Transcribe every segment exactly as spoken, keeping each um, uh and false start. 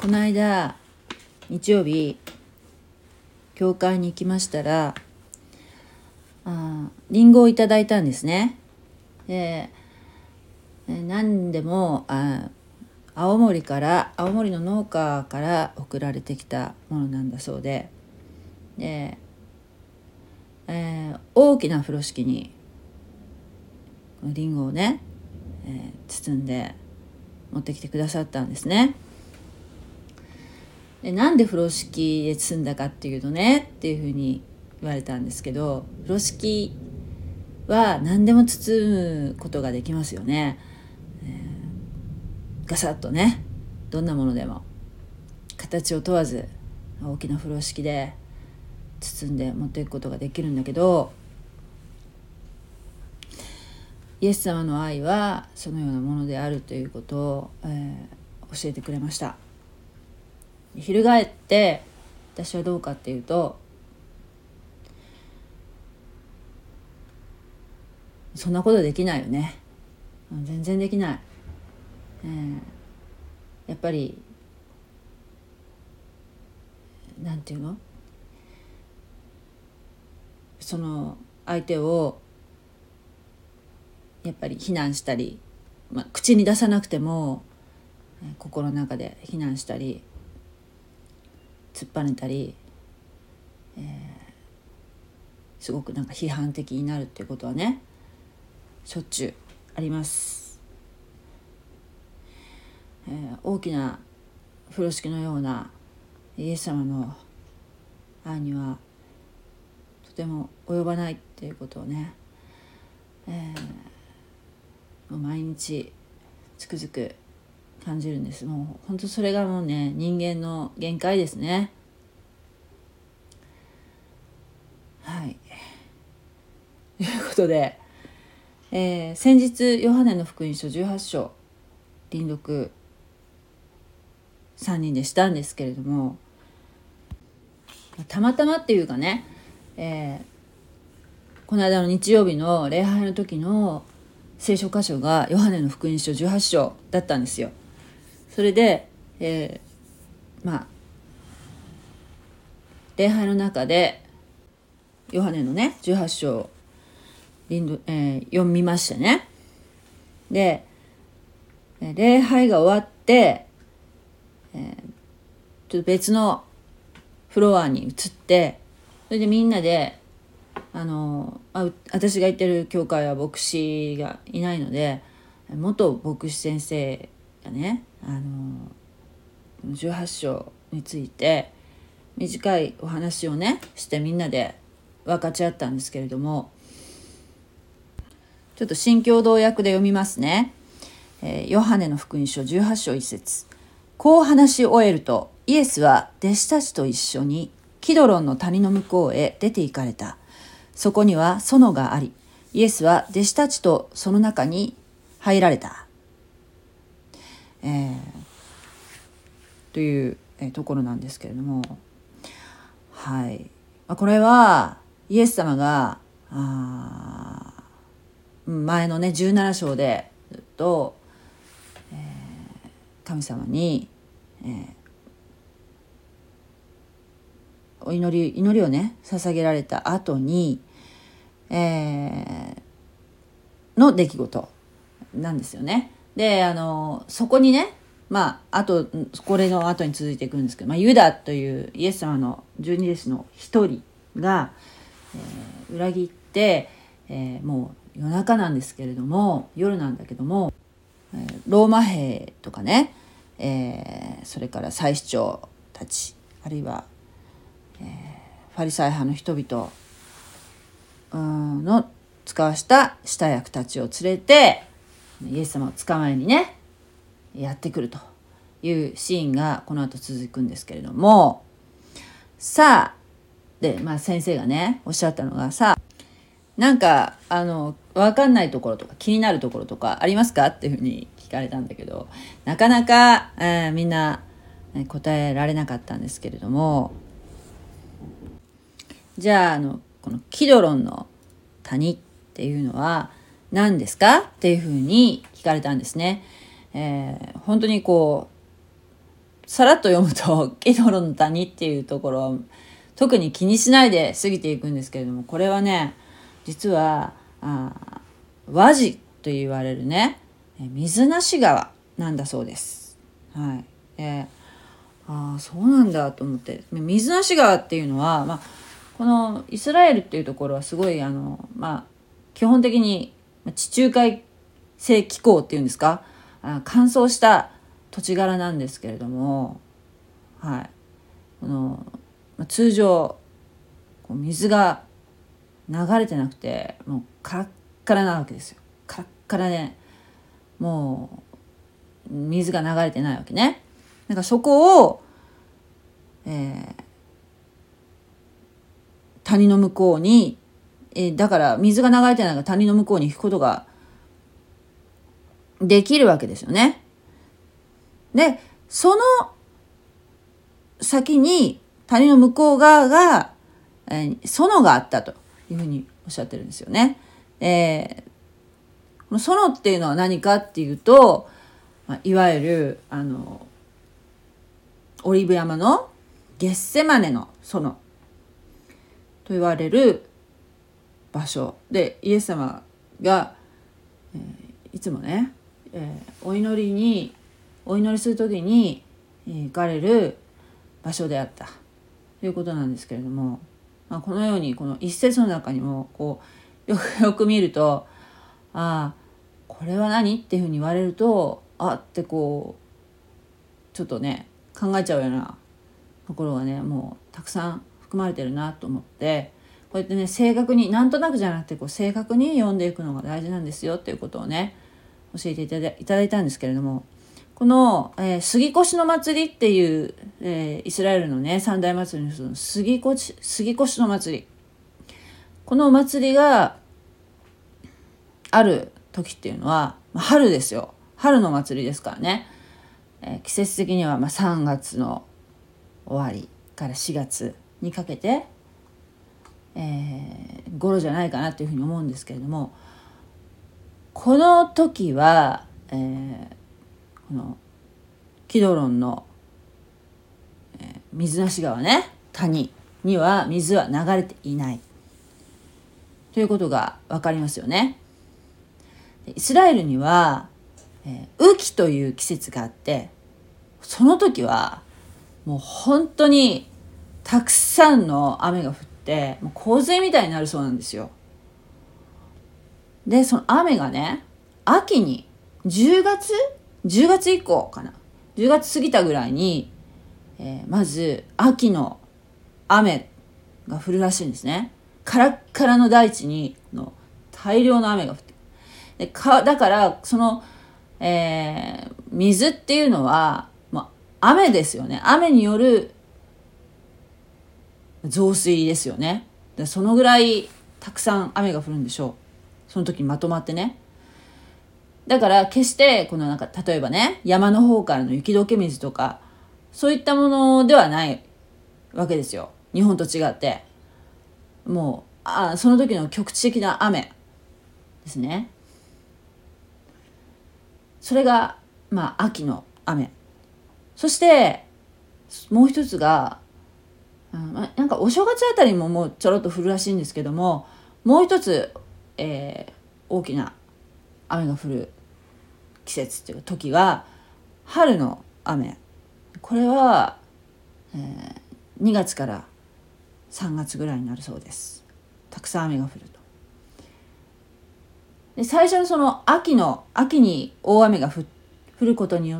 この間日曜日教会に行きましたら、あリンゴをいただいたんですね。で何でもあ青森から青森の農家から送られてきたものなんだそうで、で、えー、大きな風呂敷にこのリンゴをね、えー、包んで持ってきてくださったんですね。でなんで風呂敷で包んだかっていうとねっていうふうに言われたんですけど、風呂敷は何でも包むことができますよね。えー、ガサッとね、どんなものでも形を問わず大きな風呂敷で包んで持っていくことができるんだけど、イエス様の愛はそのようなものであるということを、えー、教えてくれました。翻って私はどうかっていうと、そんなことできないよね。全然できない、えー、やっぱりなんていうの、その相手をやっぱり非難したり、まあ、口に出さなくても心の中で非難したり突っぱねたり、えー、すごくなんか批判的になるっていうことはね、しょっちゅうあります。えー、大きな風呂敷のようなイエス様の愛にはとても及ばないっていうことをね、えー、もう毎日つくづく感じるんです。もう本当それがもうね、人間の限界ですね。はい。ということで、えー、先日ヨハネの福音書じゅうはち章臨読さんにんでしたんですけれども、たまたまっていうかね、えー、この間の日曜日の礼拝の時の聖書箇所がヨハネの福音書じゅうはち章だったんですよ。それで、えー、まあ礼拝の中でヨハネのねじゅうはち章を、えー、読みましてね。で礼拝が終わって、えー、ちょっと別のフロアに移って、それでみんなであのあ私が行ってる教会は牧師がいないので、元牧師先生がね、あのじゅうはち章について短いお話をねしてみんなで分かち合ったんですけれども、ちょっと新共同訳で読みますね。えー、ヨハネの福音書じゅうはち章いち節。こう話し終えるとイエスは弟子たちと一緒にキドロンの谷の向こうへ出て行かれた。そこには園があり、イエスは弟子たちとその中に入られた、えー、という、えー、ところなんですけれども、はい、これはイエス様があ前のねじゅうなな章でずっと、えー、神様に、えー、お祈り祈りをね捧げられた後に、えー、の出来事なんですよね。であのそこにね、まああとこれの後に続いていくんですけど、まあ、ユダというイエス様の十二弟子の一人が、えー、裏切って、えー、もう夜中なんですけれども、夜なんだけども、えー、ローマ兵とかね、えー、それから祭司長たち、あるいは、えー、ファリサイ派の人々の使わした下役たちを連れてイエス様を捕まえにねやってくるというシーンがこの後続くんですけれども、さあで、まあ、先生がねおっしゃったのが、さあなんかあの分かんないところとか気になるところとかありますかっていうふうに聞かれたんだけど、なかなか、えー、みんな答えられなかったんですけれども、じゃあ、あのこのキドロンの谷っていうのは何ですかっていうふうに聞かれたんですね。えー、本当にこうさらっと読むとキドロンの谷っていうところは特に気にしないで過ぎていくんですけれども、これはね実はあ和地と言われるね水無川なんだそうです。はい。えー、あそうなんだと思って、水無川っていうのは、まあ、このイスラエルっていうところはすごいあの、まあ、基本的に地中海性気候っていうんですか、あ乾燥した土地柄なんですけれども、はい、この通常こう水が流れてなくてもうカラッカラなわけですよ。カラッカラでもう水が流れてないわけね。だからそこを、えー、谷の向こうに、えー、だから水が流れてないから谷の向こうに行くことができるわけですよね。でその先に谷の向こう側が、えー、園があったというふうにおっしゃってるんですよね。えー、この園っていうのは何かっていうと、まあ、いわゆるあのオリーブ山のゲッセマネの園と言われる場所で、イエス様が、えー、いつもね、えー、お祈りにお祈りするときに行かれる場所であったということなんですけれども、まあ、このようにこの一節の中にもこうよくよく見ると、ああこれは何っていうふうに言われると、あってこうちょっとね考えちゃうようなところがねもうたくさん含まれてるなと思って、こうやってね正確になんとなくじゃなくてこう正確に読んでいくのが大事なんですよっていうことをね教えていただいただいたんですけれども、この、えー、杉越の祭りっていう、えー、イスラエルのね三大祭りの一つの杉越杉越の祭り、このお祭りがある時っていうのは春ですよ。春の祭りですからね、えー、季節的にはまあさんがつの終わりからしがつにかけて、えー、頃じゃないかなというふうに思うんですけれども、この時は、えー、このキドロンの、えー、水無川ね谷には水は流れていないということが分かりますよね。イスラエルには、えー、雨季という季節があって、その時はもう本当にたくさんの雨が降ってもう洪水みたいになるそうなんですよ。でその雨がね秋にじゅうがつじゅうがつ以降かなじゅうがつ過ぎたぐらいに、えー、まず秋の雨が降るらしいんですね。カラッカラの大地にの大量の雨が降ってでかだからその、えー、水っていうのは、まあ、雨ですよね。雨による増水ですよね。でそのぐらいたくさん雨が降るんでしょう、その時にまとまってね。だから決してこのなんか例えばね山の方からの雪解け水とかそういったものではないわけですよ、日本と違って。もうあその時の局地的な雨ですね。それがまあ秋の雨。そしてもう一つが、うん、なんかお正月あたりももうちょろっと降るらしいんですけども、もう一つ、えー、大きな雨が降る季節っていうか時は春の雨。これは、えー、にがつからさんがつぐらいになるそうです。たくさん雨が降ると。で最初のその秋の秋に大雨が降ることによって、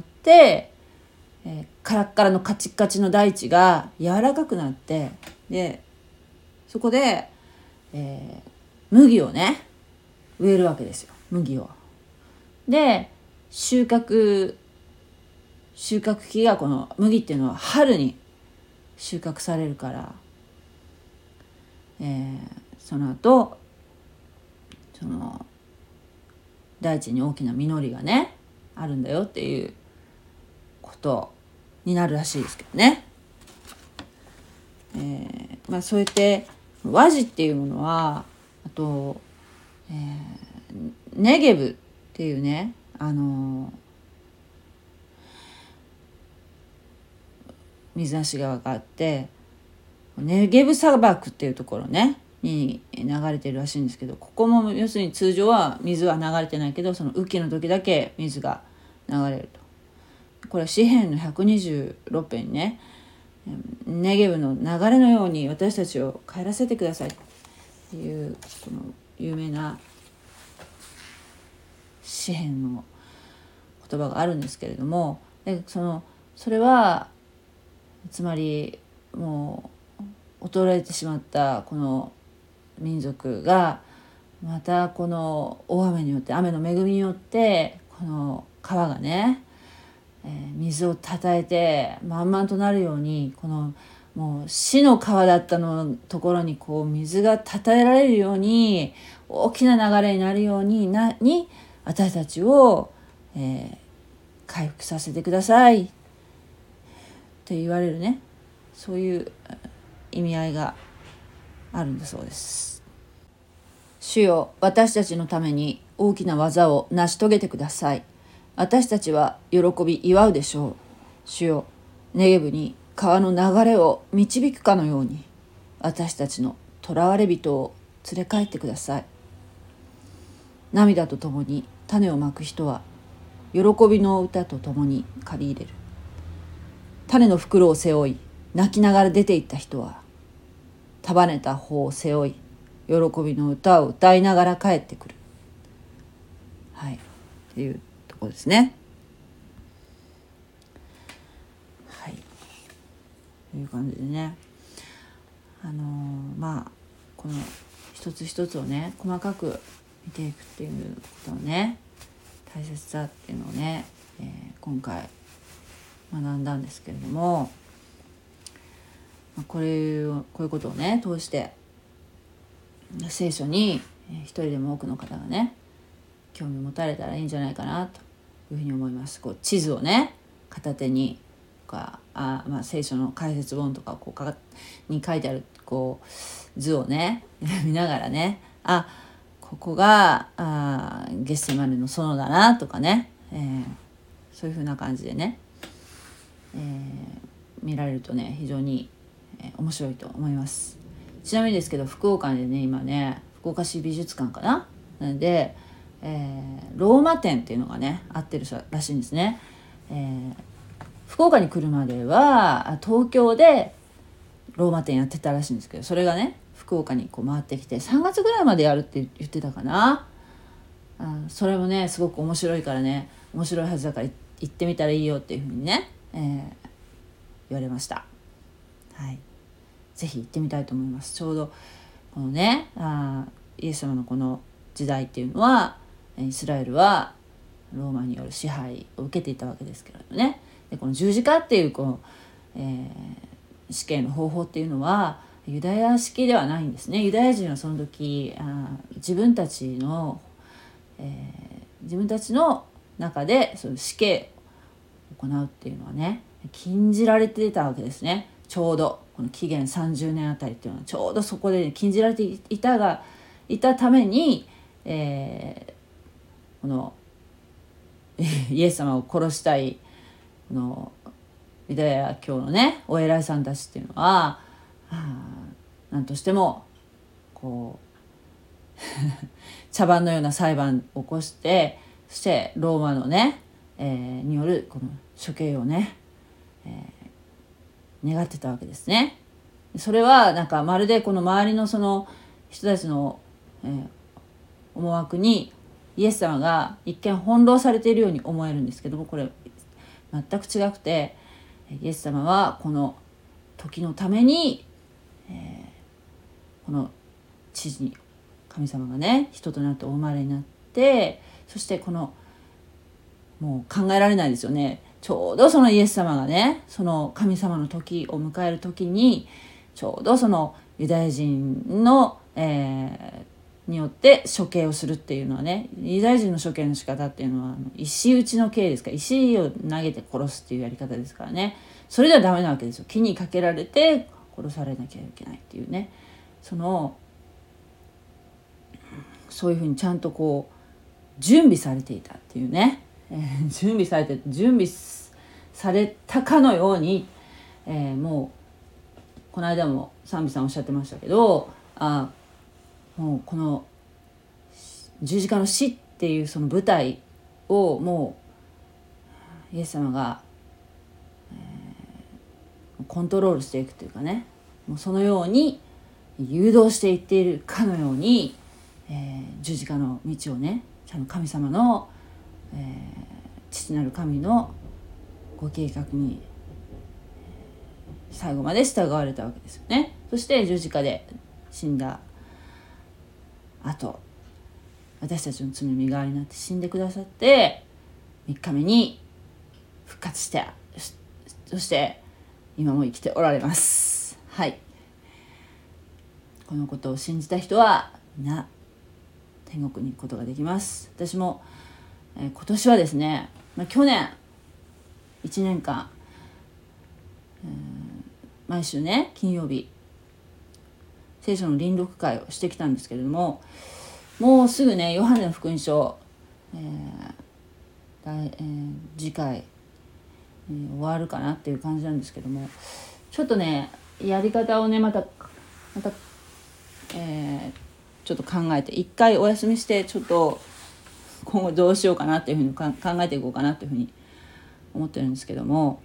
えー、カラッカラのカチッカチの大地が柔らかくなって、でそこで、えー、麦をね植えるわけですよ。麦をで収穫収穫期がこの麦っていうのは春に収穫されるから、えー、その後その大地に大きな実りがねあるんだよっていうことになるらしいですけどね。えー、まあそうやって和紙っていうものはあと、えー、ネゲブっていうねあの水無川があって、ネゲブ砂漠っていうところねに流れてるらしいんですけど、ここも要するに通常は水は流れてないけど、その雨季の時だけ水が流れると。これは詩編のひゃくにじゅうろく編にね、ネゲブの流れのように私たちを帰らせてくださいっていうこの有名な詩編の言葉があるんですけれども、でそのそれはつまりもう衰えてしまったこの民族がまたこの大雨によって、雨の恵みによってこの川がね、えー、水をたたえて満々となるように、このもう死の川だったのところにこう水がたたえられるように、大きな流れになるようになに私たちを、えー、回復させてくださいって言われるね、そういう意味合いがあるんだそうです。主よ、私たちのために大きな技を成し遂げてください。私たちは喜び祝うでしょう。主よ、ネゲブに川の流れを導くかのように、私たちの囚われ人を連れ帰ってください。涙とともに種をまく人は、喜びの歌とともに借り入れる。種の袋を背負い、泣きながら出て行った人は、束ねた方を背負い、喜びの歌を歌いながら帰ってくる。はい、っていうところですね。はい、という感じでね、あのー、まあこの一つ一つをね細かく見ていくっていうことのね大切さっていうのをね、えー、今回学んだんですけれども、これをこういうことをね通して聖書に一人でも多くの方がね興味を持たれたらいいんじゃないかなというふうに思います。こう地図をね片手にかあ、まあ、聖書の解説本とかこうかに書いてあるこう図をね見ながらね、あ、ここがあゲッセマネの園だなとかね、えー、そういうふうな感じでね、えー、見られるとね非常に、えー、面白いと思います。ちなみにですけど、福岡でね今ね福岡市美術館かなで、えー、ローマ展っていうのがねあってるらしいんですね。えー、福岡に来るまでは東京でローマ展やってたらしいんですけど、それがね福岡にこう回ってきてさんがつぐらいまでやるって言ってたかな。あ、それもねすごく面白いからね、面白いはずだから行ってみたらいいよっていうふうにね、えー、言われました。はい、ぜひ行ってみたいと思います。ちょうどこのねあイエス様のこの時代っていうのはイスラエルはローマによる支配を受けていたわけですけれどね。でこの十字架っていうこの、えー、死刑の方法っていうのはユダヤ式ではないんですね。ユダヤ人はその時あ自分たちの、えー、自分たちの中でその死刑を行うっていうのはね禁じられていたわけですね。ちょうどこの紀元さんじゅうねんあたりっていうのはちょうどそこで、ね、禁じられていたがいたために、えー、このイエス様を殺したいこのユダヤ教のねお偉いさんたちっていうのは何としてもこう茶番のような裁判を起こして、そしてローマのね、えー、によるこの処刑をね、えー、願ってたわけですね。それはなんかまるでこの周りのその人たちの、えー、思惑にイエス様が一見翻弄されているように思えるんですけども、これ全く違くて、イエス様はこの時のために、えー、この地に神様がね人となってお生まれになって、そしてこのもう考えられないですよね、ちょうどそのイエス様がねその神様の時を迎える時にちょうどそのユダヤ人の、えー、によって処刑をするっていうのはね、ユダヤ人の処刑の仕方っていうのは石打ちの刑ですから、石を投げて殺すっていうやり方ですからね、それではダメなわけですよ。木にかけられて殺されなきゃいけないっていうね、そのそういうふうにちゃんとこう準備されていたっていうね、えー、準備されて準備されたかのように、 えー、もうこの間も賛美さんおっしゃってましたけど、あもうこの十字架の死っていうその舞台をもうイエス様が、えー、コントロールしていくというかね、もうそのように誘導していっているかのように、えー、十字架の道をね、神様の、えー、父なる神のご計画に最後まで従われたわけですよね。そして十字架で死んだ後、私たちの罪の身代わりになって死んでくださって、みっかめに復活して、そして今も生きておられます。はい。このことを信じた人はみんな天国に行くことができます。私も、えー、今年はですね、まあ、去年いちねんかん、えー、毎週ね金曜日聖書の臨読会をしてきたんですけれども、もうすぐねヨハネの福音書、えーえー、次回、えー、終わるかなっていう感じなんですけども、ちょっとねやり方をねまたまた、えー、ちょっと考えて一回お休みして、ちょっと今後どうしようかなっていうふうに考えていこうかなっていうふうに思ってるんですけども、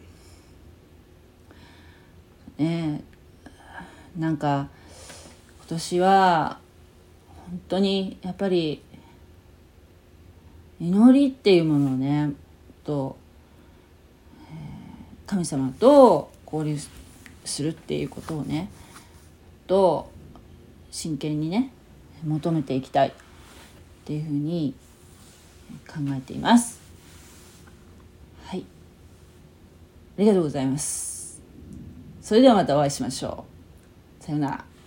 ね、なんか今年は本当にやっぱり祈りっていうものをねと、えー、神様と交流するっていうことをねと真剣にね求めていきたいっていうふうに考えています。はい、ありがとうございます。それではまたお会いしましょう。さようなら。